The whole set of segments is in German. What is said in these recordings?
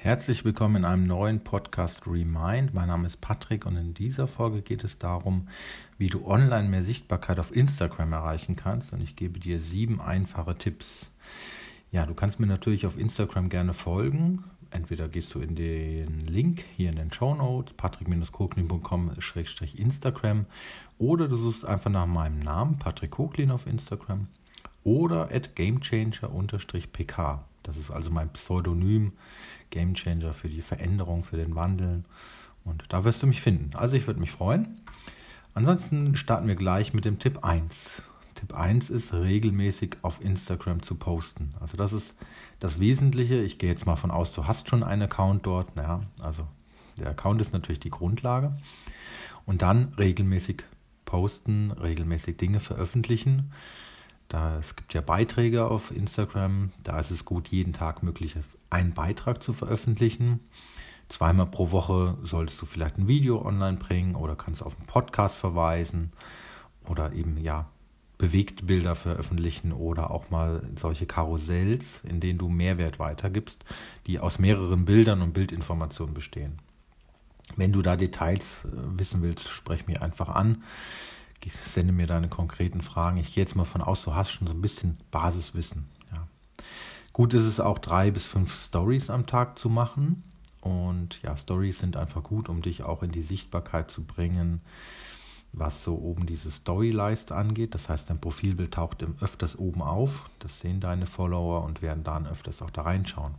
Herzlich willkommen in einem neuen Podcast Remind. Mein Name ist Patrick und in dieser Folge geht es darum, wie du online mehr Sichtbarkeit auf Instagram erreichen kannst. Und ich gebe dir 7 einfache Tipps. Ja, du kannst mir natürlich auf Instagram gerne folgen. Entweder gehst du in den Link hier in den Shownotes, patrick-koklin.com/Instagram, oder du suchst einfach nach meinem Namen, Patrick Koklin auf Instagram, oder @gamechanger_pk. Das ist also mein Pseudonym, Gamechanger für die Veränderung, für den Wandel. Und da wirst du mich finden. Also ich würde mich freuen. Ansonsten starten wir gleich mit dem Tipp 1. Tipp 1 ist, regelmäßig auf Instagram zu posten. Also das ist das Wesentliche. Ich gehe jetzt mal von aus, du hast schon einen Account dort. Naja, also der Account ist natürlich die Grundlage. Und dann regelmäßig posten, regelmäßig Dinge veröffentlichen. Es gibt ja Beiträge auf Instagram, da ist es gut, jeden Tag möglichst einen Beitrag zu veröffentlichen. 2-mal pro Woche solltest du vielleicht ein Video online bringen oder kannst auf einen Podcast verweisen oder eben Bewegtbilder veröffentlichen oder auch mal solche Karussells, in denen du Mehrwert weitergibst, die aus mehreren Bildern und Bildinformationen bestehen. Wenn du da Details wissen willst, sprech mich einfach an. Sende mir deine konkreten Fragen. Ich gehe jetzt mal von aus, du hast schon so ein bisschen Basiswissen. Ja. Gut ist es auch 3 bis 5 Stories am Tag zu machen. Und ja, Stories sind einfach gut, um dich auch in die Sichtbarkeit zu bringen, was so oben diese Story-Leiste angeht. Das heißt, dein Profilbild taucht öfters oben auf. Das sehen deine Follower und werden dann öfters auch da reinschauen.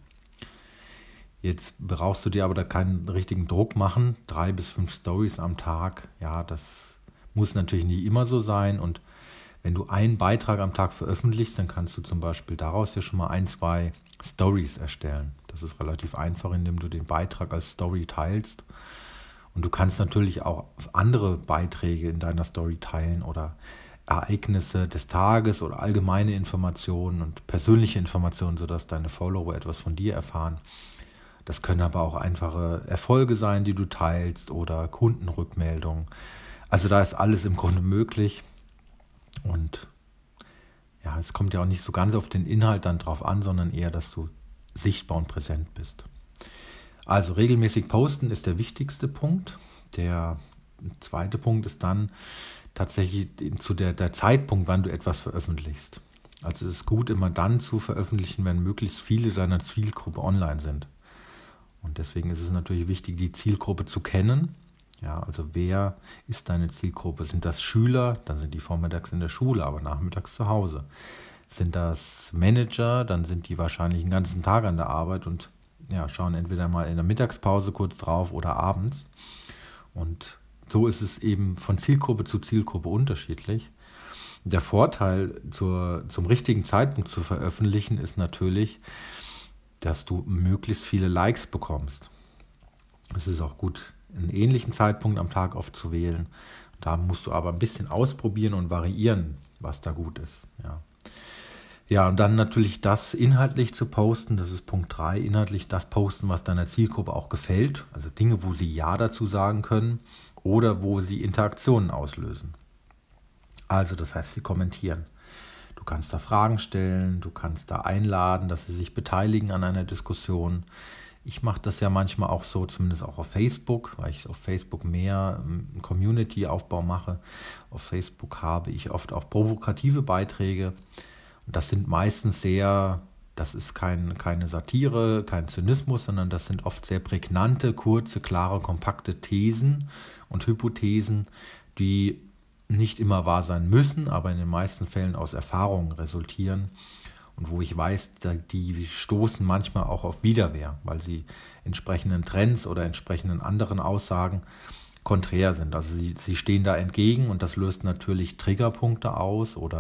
Jetzt brauchst du dir aber da keinen richtigen Druck machen. 3 bis 5 Stories am Tag, ja, das muss natürlich nicht immer so sein, und wenn du einen Beitrag am Tag veröffentlichst, dann kannst du zum Beispiel daraus ja schon mal 1-2 Stories erstellen. Das ist relativ einfach, indem du den Beitrag als Story teilst, und du kannst natürlich auch andere Beiträge in deiner Story teilen oder Ereignisse des Tages oder allgemeine Informationen und persönliche Informationen, sodass deine Follower etwas von dir erfahren. Das können aber auch einfache Erfolge sein, die du teilst, oder Kundenrückmeldungen. Also da ist alles im Grunde möglich, und ja, es kommt ja auch nicht so ganz auf den Inhalt dann drauf an, sondern eher, dass du sichtbar und präsent bist. Also regelmäßig posten ist der wichtigste Punkt. Der zweite Punkt ist dann tatsächlich der Zeitpunkt, wann du etwas veröffentlichst. Also es ist gut, immer dann zu veröffentlichen, wenn möglichst viele deiner Zielgruppe online sind. Und deswegen ist es natürlich wichtig, die Zielgruppe zu kennen. Ja, also wer ist deine Zielgruppe? Sind das Schüler? Dann sind die vormittags in der Schule, aber nachmittags zu Hause. Sind das Manager? Dann sind die wahrscheinlich den ganzen Tag an der Arbeit und schauen entweder mal in der Mittagspause kurz drauf oder abends. Und so ist es eben von Zielgruppe zu Zielgruppe unterschiedlich. Der Vorteil, zum richtigen Zeitpunkt zu veröffentlichen, ist natürlich, dass du möglichst viele Likes bekommst. Es ist auch gut, einen ähnlichen Zeitpunkt am Tag oft zu wählen. Da musst du aber ein bisschen ausprobieren und variieren, was da gut ist. Ja, und dann natürlich das inhaltlich zu posten, das ist Punkt 3, inhaltlich das posten, was deiner Zielgruppe auch gefällt. Also Dinge, wo sie Ja dazu sagen können oder wo sie Interaktionen auslösen. Also das heißt, sie kommentieren. Du kannst da Fragen stellen, du kannst da einladen, dass sie sich beteiligen an einer Diskussion. Ich mache das ja manchmal auch so, zumindest auch auf Facebook, weil ich auf Facebook mehr einen Community-Aufbau mache. Auf Facebook habe ich oft auch provokative Beiträge. Und das sind meistens das ist keine Satire, kein Zynismus, sondern das sind oft sehr prägnante, kurze, klare, kompakte Thesen und Hypothesen, die nicht immer wahr sein müssen, aber in den meisten Fällen aus Erfahrungen resultieren. Und wo ich weiß, die stoßen manchmal auch auf Widerwehr, weil sie entsprechenden Trends oder entsprechenden anderen Aussagen konträr sind. Also sie stehen da entgegen, und das löst natürlich Triggerpunkte aus oder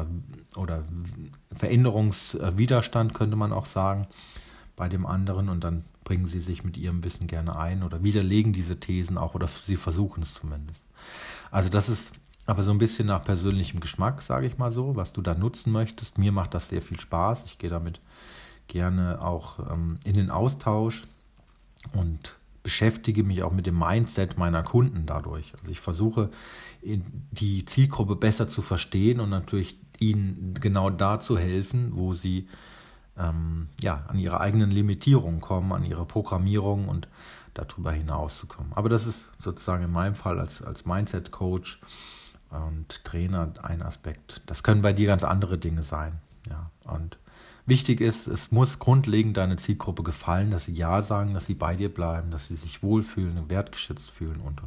Veränderungswiderstand, könnte man auch sagen, bei dem anderen. Und dann bringen sie sich mit ihrem Wissen gerne ein oder widerlegen diese Thesen auch, oder sie versuchen es zumindest. Also das ist aber so ein bisschen nach persönlichem Geschmack, sage ich mal so, was du da nutzen möchtest. Mir macht das sehr viel Spaß. Ich gehe damit gerne auch in den Austausch und beschäftige mich auch mit dem Mindset meiner Kunden dadurch. Also ich versuche, die Zielgruppe besser zu verstehen und natürlich ihnen genau da zu helfen, wo sie an ihre eigenen Limitierungen kommen, an ihre Programmierung und darüber hinaus zu kommen. Aber das ist sozusagen in meinem Fall als Mindset-Coach und Trainer ein Aspekt. Das können bei dir ganz andere Dinge sein. Ja. Und wichtig ist, es muss grundlegend deiner Zielgruppe gefallen, dass sie Ja sagen, dass sie bei dir bleiben, dass sie sich wohlfühlen, wertgeschätzt fühlen und.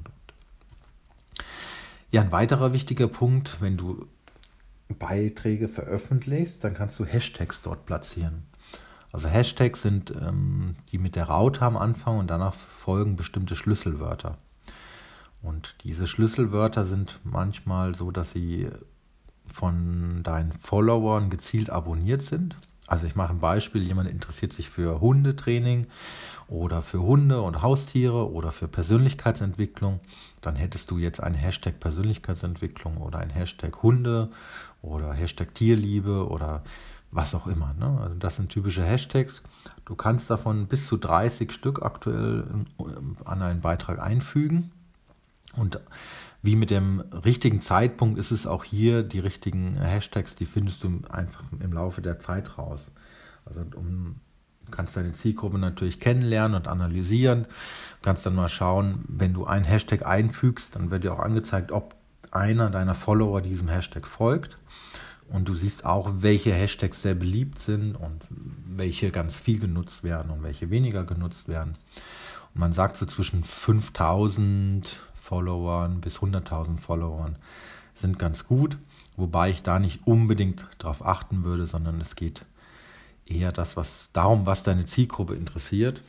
Ja, ein weiterer wichtiger Punkt, wenn du Beiträge veröffentlichst, dann kannst du Hashtags dort platzieren. Also Hashtags sind die mit der Raute am Anfang und danach folgen bestimmte Schlüsselwörter. Und diese Schlüsselwörter sind manchmal so, dass sie von deinen Followern gezielt abonniert sind. Also ich mache ein Beispiel, jemand interessiert sich für Hundetraining oder für Hunde und Haustiere oder für Persönlichkeitsentwicklung. Dann hättest du jetzt einen Hashtag Persönlichkeitsentwicklung oder einen Hashtag Hunde oder Hashtag Tierliebe oder was auch immer. Ne? Also das sind typische Hashtags. Du kannst davon bis zu 30 Stück aktuell an einen Beitrag einfügen. Und wie mit dem richtigen Zeitpunkt ist es auch hier, die richtigen Hashtags, die findest du einfach im Laufe der Zeit raus. Also du kannst deine Zielgruppe natürlich kennenlernen und analysieren. Du kannst dann mal schauen, wenn du einen Hashtag einfügst, dann wird dir auch angezeigt, ob einer deiner Follower diesem Hashtag folgt. Und du siehst auch, welche Hashtags sehr beliebt sind und welche ganz viel genutzt werden und welche weniger genutzt werden. Und man sagt so zwischen 5.000 Followern bis 100.000 Followern sind ganz gut, wobei ich da nicht unbedingt darauf achten würde, sondern es geht eher darum, was deine Zielgruppe interessiert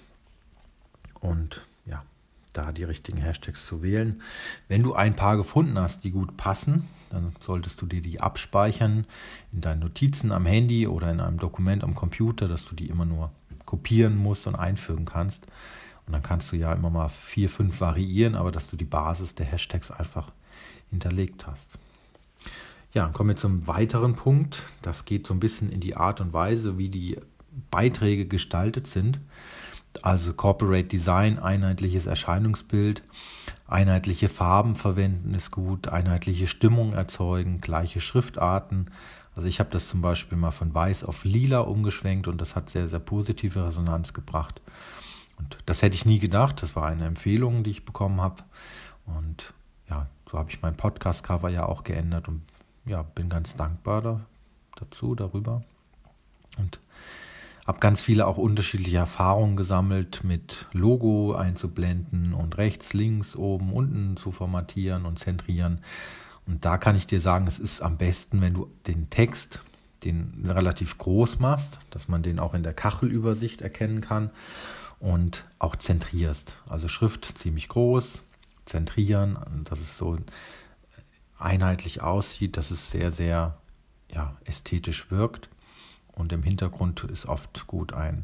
und ja, da die richtigen Hashtags zu wählen. Wenn du ein paar gefunden hast, die gut passen, dann solltest du dir die abspeichern in deinen Notizen am Handy oder in einem Dokument am Computer, dass du die immer nur kopieren musst und einfügen kannst. Und dann kannst du ja immer mal 4, 5 variieren, aber dass du die Basis der Hashtags einfach hinterlegt hast. Ja, dann kommen wir zum weiteren Punkt. Das geht so ein bisschen in die Art und Weise, wie die Beiträge gestaltet sind. Also Corporate Design, einheitliches Erscheinungsbild, einheitliche Farben verwenden ist gut, einheitliche Stimmung erzeugen, gleiche Schriftarten. Also ich habe das zum Beispiel mal von weiß auf lila umgeschwenkt und das hat sehr, sehr positive Resonanz gebracht. Und das hätte ich nie gedacht, das war eine Empfehlung, die ich bekommen habe. Und ja, so habe ich mein Podcast-Cover ja auch geändert und ja, bin ganz dankbar darüber. Und habe ganz viele auch unterschiedliche Erfahrungen gesammelt, mit Logo einzublenden und rechts, links, oben, unten zu formatieren und zentrieren. Und da kann ich dir sagen, es ist am besten, wenn du den Text, den relativ groß machst, dass man den auch in der Kachelübersicht erkennen kann und auch zentrierst. Also Schrift ziemlich groß, zentrieren, dass es so einheitlich aussieht, dass es sehr, sehr ästhetisch wirkt. Und im Hintergrund ist oft gut ein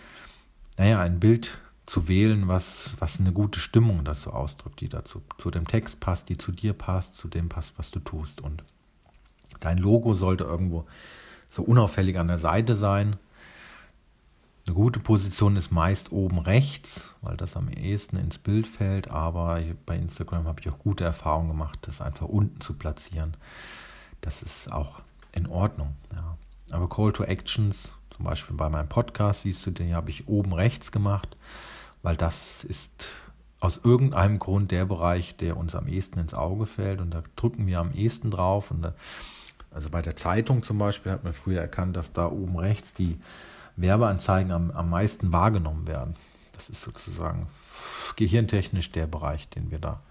Bild zu wählen, was eine gute Stimmung dazu ausdrückt, die dazu zu dem Text passt, die zu dir passt, zu dem passt, was du tust. Und dein Logo sollte irgendwo so unauffällig an der Seite sein. Eine gute Position ist meist oben rechts, weil das am ehesten ins Bild fällt, aber bei Instagram habe ich auch gute Erfahrungen gemacht, das einfach unten zu platzieren. Das ist auch in Ordnung. Ja. Aber Call to Actions, zum Beispiel bei meinem Podcast, siehst du, den habe ich oben rechts gemacht, weil das ist aus irgendeinem Grund der Bereich, der uns am ehesten ins Auge fällt und da drücken wir am ehesten drauf. Und also bei der Zeitung zum Beispiel hat man früher erkannt, dass da oben rechts die Werbeanzeigen am meisten wahrgenommen werden. Das ist sozusagen gehirntechnisch der Bereich, den wir da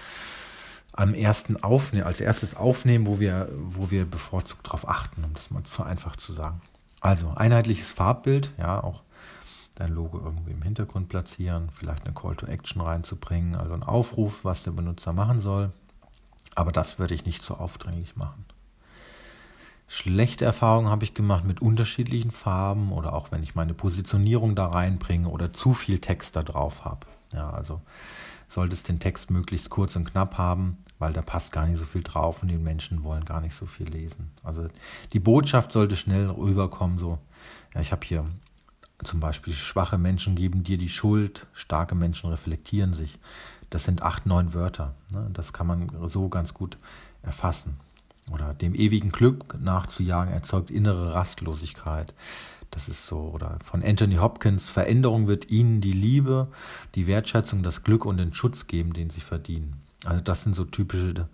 als erstes aufnehmen, wo wir bevorzugt darauf achten, um das mal vereinfacht zu sagen. Also einheitliches Farbbild, ja, auch dein Logo irgendwie im Hintergrund platzieren, vielleicht eine Call to Action reinzubringen, also ein Aufruf, was der Benutzer machen soll. Aber das würde ich nicht so aufdringlich machen. Schlechte Erfahrungen habe ich gemacht mit unterschiedlichen Farben oder auch wenn ich meine Positionierung da reinbringe oder zu viel Text da drauf habe. Ja, also solltest den Text möglichst kurz und knapp haben, weil da passt gar nicht so viel drauf und die Menschen wollen gar nicht so viel lesen. Also die Botschaft sollte schnell rüberkommen, so, ja, ich habe hier zum Beispiel schwache Menschen geben dir die Schuld, starke Menschen reflektieren sich. Das sind 8, 9 Wörter. Ne? Das kann man so ganz gut erfassen. Oder dem ewigen Glück nachzujagen erzeugt innere Rastlosigkeit. Das ist so, oder von Anthony Hopkins, Veränderung wird ihnen die Liebe, die Wertschätzung, das Glück und den Schutz geben, den sie verdienen. Also das sind so typische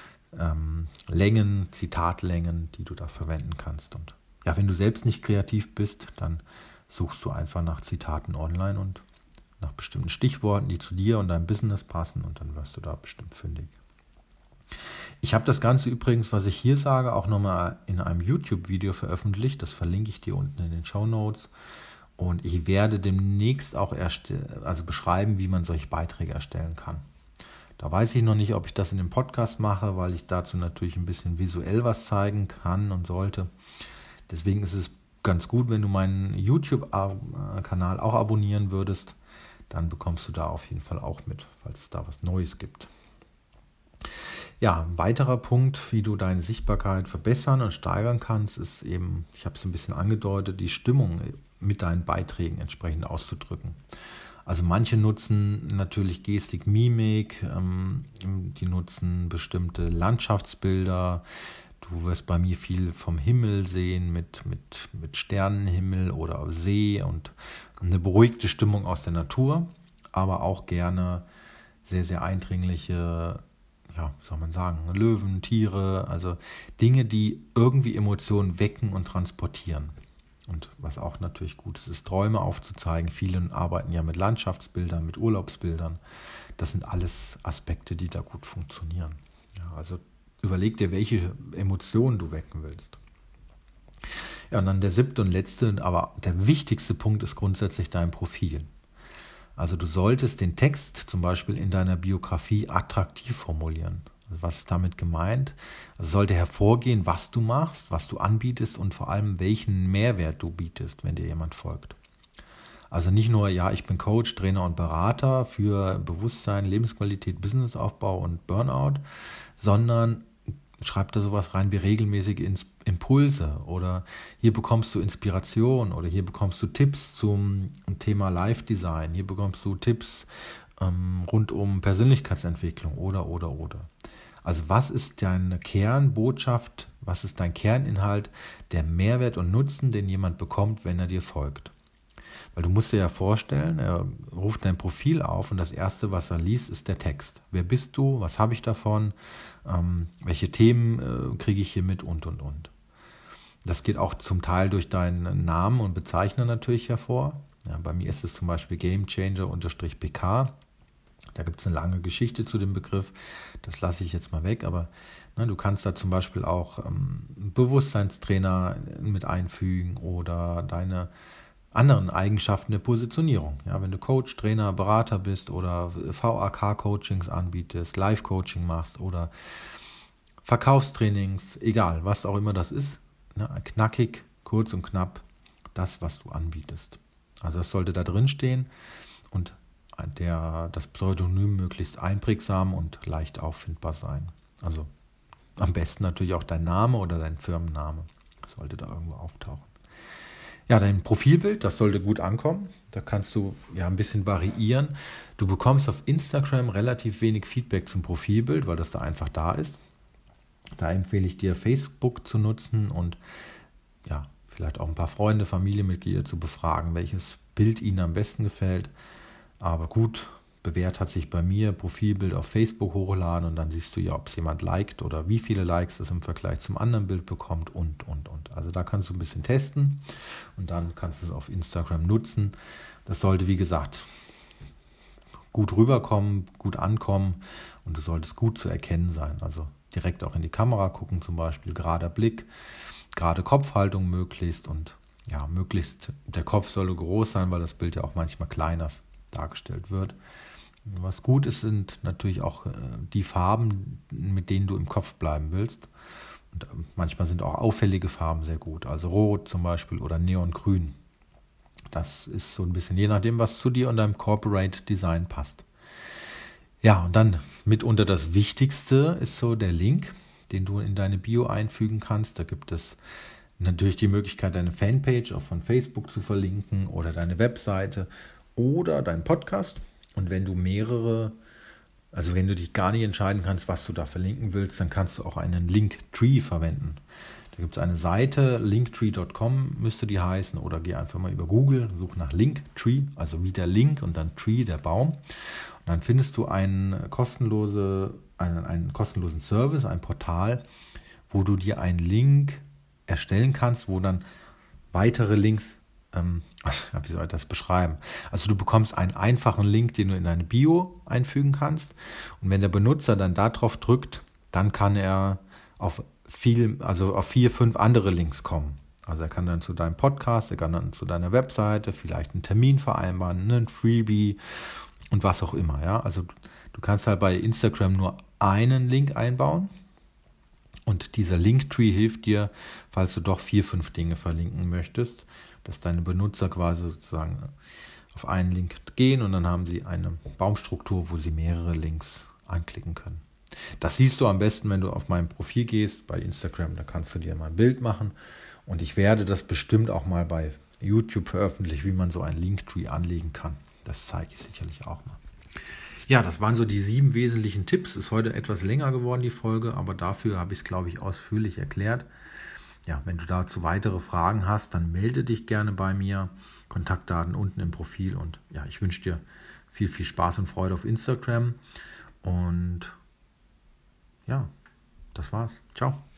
Längen, Zitatlängen, die du da verwenden kannst. Und ja, wenn du selbst nicht kreativ bist, dann suchst du einfach nach Zitaten online und nach bestimmten Stichworten, die zu dir und deinem Business passen, und dann wirst du da bestimmt fündig. Ich habe das Ganze übrigens, was ich hier sage, auch nochmal in einem YouTube-Video veröffentlicht. Das verlinke ich dir unten in den Shownotes. Und ich werde demnächst auch beschreiben, wie man solche Beiträge erstellen kann. Da weiß ich noch nicht, ob ich das in dem Podcast mache, weil ich dazu natürlich ein bisschen visuell was zeigen kann und sollte. Deswegen ist es ganz gut, wenn du meinen YouTube-Kanal auch abonnieren würdest. Dann bekommst du da auf jeden Fall auch mit, falls es da was Neues gibt. Ja, ein weiterer Punkt, wie du deine Sichtbarkeit verbessern und steigern kannst, ist eben, ich habe es ein bisschen angedeutet, die Stimmung mit deinen Beiträgen entsprechend auszudrücken. Also manche nutzen natürlich Gestik, Mimik, die nutzen bestimmte Landschaftsbilder. Du wirst bei mir viel vom Himmel sehen mit Sternenhimmel oder See und eine beruhigte Stimmung aus der Natur, aber auch gerne sehr, sehr eindringliche, ja, wie soll man sagen, Löwen, Tiere, also Dinge, die irgendwie Emotionen wecken und transportieren. Und was auch natürlich gut ist, ist Träume aufzuzeigen. Viele arbeiten ja mit Landschaftsbildern, mit Urlaubsbildern. Das sind alles Aspekte, die da gut funktionieren. Ja, also überleg dir, welche Emotionen du wecken willst. Ja, und dann der 7. und letzte, aber der wichtigste Punkt ist grundsätzlich dein Profil. Also du solltest den Text zum Beispiel in deiner Biografie attraktiv formulieren. Also was ist damit gemeint? Also sollte hervorgehen, was du machst, was du anbietest und vor allem welchen Mehrwert du bietest, wenn dir jemand folgt. Also nicht nur, ja, ich bin Coach, Trainer und Berater für Bewusstsein, Lebensqualität, Businessaufbau und Burnout, sondern schreib da sowas rein wie regelmäßige Impulse oder hier bekommst du Inspiration oder hier bekommst du Tipps zum Thema Live-Design, hier bekommst du Tipps rund um Persönlichkeitsentwicklung oder. Also was ist deine Kernbotschaft, was ist dein Kerninhalt, der Mehrwert und Nutzen, den jemand bekommt, wenn er dir folgt? Weil du musst dir ja vorstellen, er ruft dein Profil auf und das Erste, was er liest, ist der Text. Wer bist du? Was habe ich davon? Welche Themen kriege ich hier mit und. Das geht auch zum Teil durch deinen Namen und Bezeichner natürlich hervor. Ja, bei mir ist es zum Beispiel Gamechanger_PK. Da gibt es eine lange Geschichte zu dem Begriff. Das lasse ich jetzt mal weg. Aber du kannst da zum Beispiel auch Bewusstseinstrainer mit einfügen oder deine anderen Eigenschaften der Positionierung. Ja, wenn du Coach, Trainer, Berater bist oder VAK-Coachings anbietest, Live-Coaching machst oder Verkaufstrainings, egal, was auch immer das ist, knackig, kurz und knapp, das, was du anbietest. Also das sollte da drin stehen und das Pseudonym möglichst einprägsam und leicht auffindbar sein. Also am besten natürlich auch dein Name oder dein Firmenname sollte da irgendwo auftauchen. Ja, dein Profilbild, das sollte gut ankommen. Da kannst du ja ein bisschen variieren. Du bekommst auf Instagram relativ wenig Feedback zum Profilbild, weil das da einfach da ist. Da empfehle ich dir, Facebook zu nutzen und ja, vielleicht auch ein paar Freunde, Familienmitglieder zu befragen, welches Bild ihnen am besten gefällt. Aber gut, bewährt hat sich bei mir Profilbild auf Facebook hochladen und dann siehst du ja, ob es jemand liked oder wie viele Likes es im Vergleich zum anderen Bild bekommt und. Also da kannst du ein bisschen testen und dann kannst du es auf Instagram nutzen. Das sollte, wie gesagt, gut rüberkommen, gut ankommen und du solltest gut zu erkennen sein. Also direkt auch in die Kamera gucken zum Beispiel, gerader Blick, gerade Kopfhaltung möglichst und ja, möglichst der Kopf soll groß sein, weil das Bild ja auch manchmal kleiner dargestellt wird. Was gut ist, sind natürlich auch die Farben, mit denen du im Kopf bleiben willst. Und manchmal sind auch auffällige Farben sehr gut, also Rot zum Beispiel oder Neongrün. Das ist so ein bisschen je nachdem, was zu dir und deinem Corporate Design passt. Ja, und dann mitunter das Wichtigste ist so der Link, den du in deine Bio einfügen kannst. Da gibt es natürlich die Möglichkeit, deine Fanpage auch von Facebook zu verlinken oder deine Webseite oder deinen Podcast. Und wenn du wenn du dich gar nicht entscheiden kannst, was du da verlinken willst, dann kannst du auch einen Linktree verwenden. Da gibt es eine Seite, linktree.com müsste die heißen, oder geh einfach mal über Google, such nach Linktree, also wie der Link und dann Tree, der Baum. Und dann findest du einen kostenlosen Service, ein Portal, wo du dir einen Link erstellen kannst, wo dann weitere Links, wie soll ich das beschreiben? Also du bekommst einen einfachen Link, den du in deine Bio einfügen kannst, und wenn der Benutzer dann darauf drückt, dann kann er auf 4, 5 andere Links kommen. Also er kann dann zu deinem Podcast, er kann dann zu deiner Webseite, vielleicht einen Termin vereinbaren, einen Freebie und was auch immer. Ja? Also du kannst halt bei Instagram nur einen Link einbauen. Und dieser Linktree hilft dir, falls du doch 4, 5 Dinge verlinken möchtest, dass deine Benutzer quasi sozusagen auf einen Link gehen und dann haben sie eine Baumstruktur, wo sie mehrere Links anklicken können. Das siehst du am besten, wenn du auf mein Profil gehst bei Instagram, da kannst du dir mal ein Bild machen und ich werde das bestimmt auch mal bei YouTube veröffentlichen, wie man so einen Linktree anlegen kann. Das zeige ich sicherlich auch mal. Ja, das waren so die 7 wesentlichen Tipps. Ist heute etwas länger geworden, die Folge, aber dafür habe ich es, glaube ich, ausführlich erklärt. Ja, wenn du dazu weitere Fragen hast, dann melde dich gerne bei mir. Kontaktdaten unten im Profil. Und ja, ich wünsche dir viel, viel Spaß und Freude auf Instagram. Und ja, das war's. Ciao.